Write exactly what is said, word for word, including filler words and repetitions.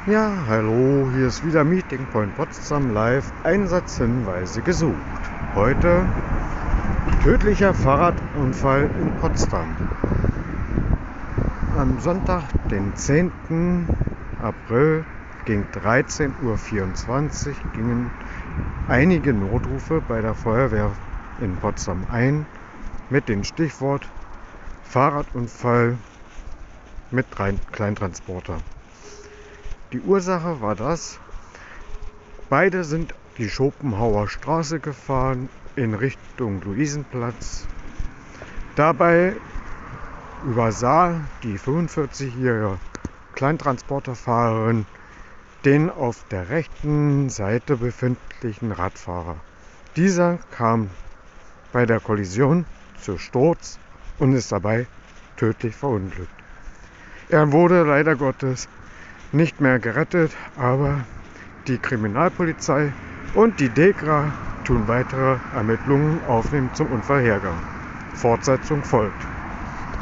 Ja, hallo, hier ist wieder Meeting Point Potsdam Live, Einsatzhinweise gesucht. Heute tödlicher Fahrradunfall in Potsdam. Am Sonntag, den zehnten April gegen dreizehn Uhr vierundzwanzig gingen einige Notrufe bei der Feuerwehr in Potsdam ein mit dem Stichwort Fahrradunfall mit Kleintransporter. Die Ursache war das, beide sind die Schopenhauer Straße gefahren in Richtung Luisenplatz. Dabei übersah die fünfundvierzigjährige Kleintransporterfahrerin den auf der rechten Seite befindlichen Radfahrer. Dieser kam bei der Kollision zu Sturz und ist dabei tödlich verunglückt. Er wurde leider Gottes nicht mehr gerettet, aber die Kriminalpolizei und die DEKRA tun weitere Ermittlungen aufnehmen zum Unfallhergang. Fortsetzung folgt.